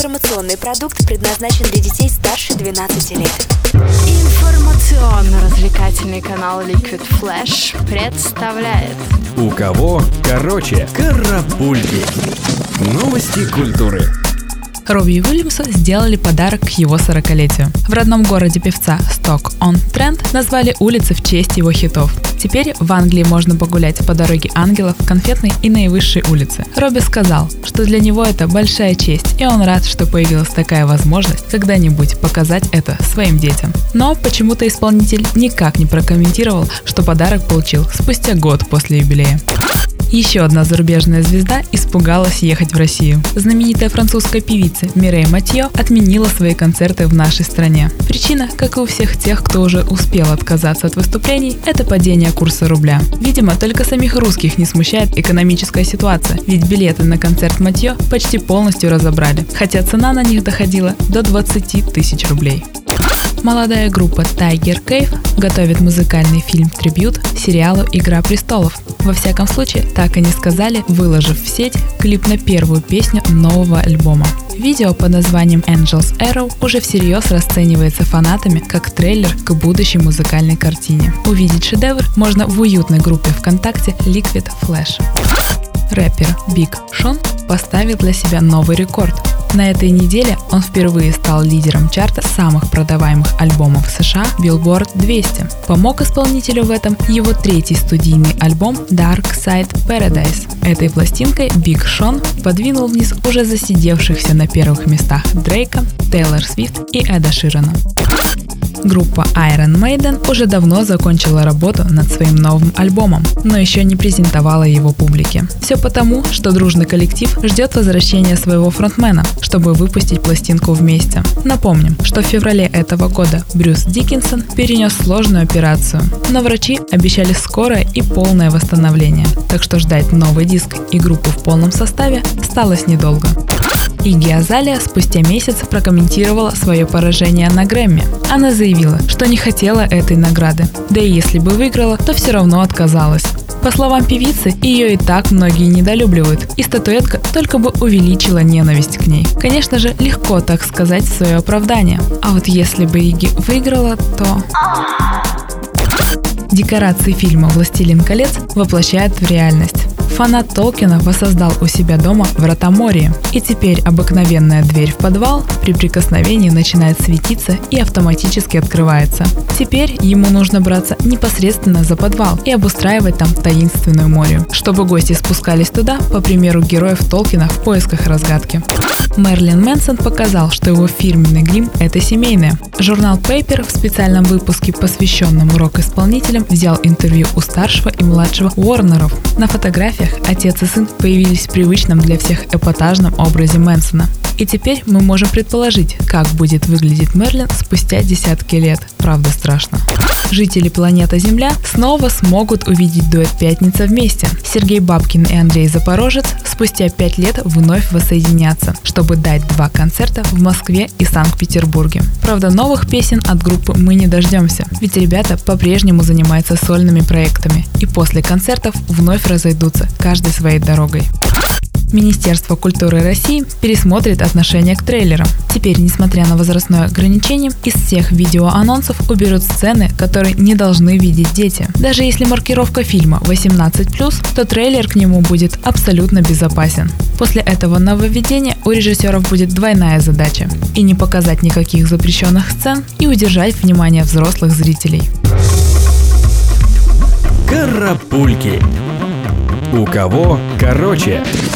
Информационный продукт предназначен для детей старше 12 лет. Информационно-развлекательный канал Liquid Flash представляет «У кого короче?» Карапульки. Новости культуры. Робби Уильямсу сделали подарок к его 40-летию. В родном городе певца Сток-он-Трент назвали улицы в честь его хитов. Теперь в Англии можно погулять по дороге ангелов, Конфетной и Наивысшей улице. Робби сказал, что для него это большая честь, и он рад, что появилась такая возможность когда-нибудь показать это своим детям. Но почему-то исполнитель никак не прокомментировал, что подарок получил спустя год после юбилея. Еще одна зарубежная звезда испугалась ехать в Россию. Знаменитая французская певица Мирей Матьё отменила свои концерты в нашей стране. Причина, как и у всех тех, кто уже успел отказаться от выступлений, это падение курса рубля. Видимо, только самих русских не смущает экономическая ситуация, ведь билеты на концерт Матьё почти полностью разобрали, хотя цена на них доходила до 20 тысяч рублей. Молодая группа Tiger Cave готовит музыкальный фильм-трибьют сериалу «Игра престолов». Во всяком случае, так они сказали, выложив в сеть клип на первую песню нового альбома. Видео под названием Angel's Arrow уже всерьез расценивается фанатами как трейлер к будущей музыкальной картине. Увидеть шедевр можно в уютной группе ВКонтакте Liquid Flash. Рэпер Big Sean поставил для себя новый рекорд. На этой неделе он впервые стал лидером чарта самых продаваемых альбомов США Billboard 200. Помог исполнителю в этом его третий студийный альбом Dark Side Paradise. Этой пластинкой Big Sean подвинул вниз уже засидевшихся на первых местах Дрейка, Тейлор Свифт и Эда Ширана. Группа Iron Maiden уже давно закончила работу над своим новым альбомом, но еще не презентовала его публике. Все потому, что дружный коллектив ждет возвращения своего фронтмена, чтобы выпустить пластинку вместе. Напомним, что в феврале этого года Брюс Диккинсон перенес сложную операцию, но врачи обещали скорое и полное восстановление, так что ждать новый диск и группу в полном составе осталось недолго. Игги Азалия спустя месяц прокомментировала свое поражение на Грэмми. Она заявила, что не хотела этой награды, да и если бы выиграла, то все равно отказалась. По словам певицы, ее и так многие недолюбливают, и статуэтка только бы увеличила ненависть к ней. Конечно же, легко так сказать в свое оправдание. А вот если бы Игги выиграла, то... Декорации фильма «Властелин колец» воплощают в реальность. Фанат Толкина воссоздал у себя дома врата Мории, и теперь обыкновенная дверь в подвал при прикосновении начинает светиться и автоматически открывается. Теперь ему нужно браться непосредственно за подвал и обустраивать там таинственную Морию, чтобы гости спускались туда, по примеру героев Толкина, в поисках разгадки. Мэрилин Мэнсон показал, что его фирменный грим – это семейное. Журнал Paper в специальном выпуске, посвященном рок-исполнителям, взял интервью у старшего и младшего Уорнеров. На фотографиях отец и сын появились в привычном для всех эпатажном образе Мэнсона. И теперь мы можем предположить, как будет выглядеть Мэрилин спустя десятки лет. Правда, страшно. Жители планеты Земля снова смогут увидеть дуэт «Пятница» вместе. Сергей Бабкин и Андрей Запорожец спустя 5 лет вновь воссоединятся, чтобы дать 2 концерта в Москве и Санкт-Петербурге. Правда, новых песен от группы мы не дождемся, ведь ребята по-прежнему занимаются сольными проектами и после концертов вновь разойдутся каждой своей дорогой. Министерство культуры России пересмотрит отношение к трейлерам. Теперь, несмотря на возрастное ограничение, из всех видеоанонсов уберут сцены, которые не должны видеть дети. Даже если маркировка фильма 18+, то трейлер к нему будет абсолютно безопасен. После этого нововведения у режиссеров будет двойная задача – и не показать никаких запрещенных сцен, и удержать внимание взрослых зрителей. Карапульки. У кого короче?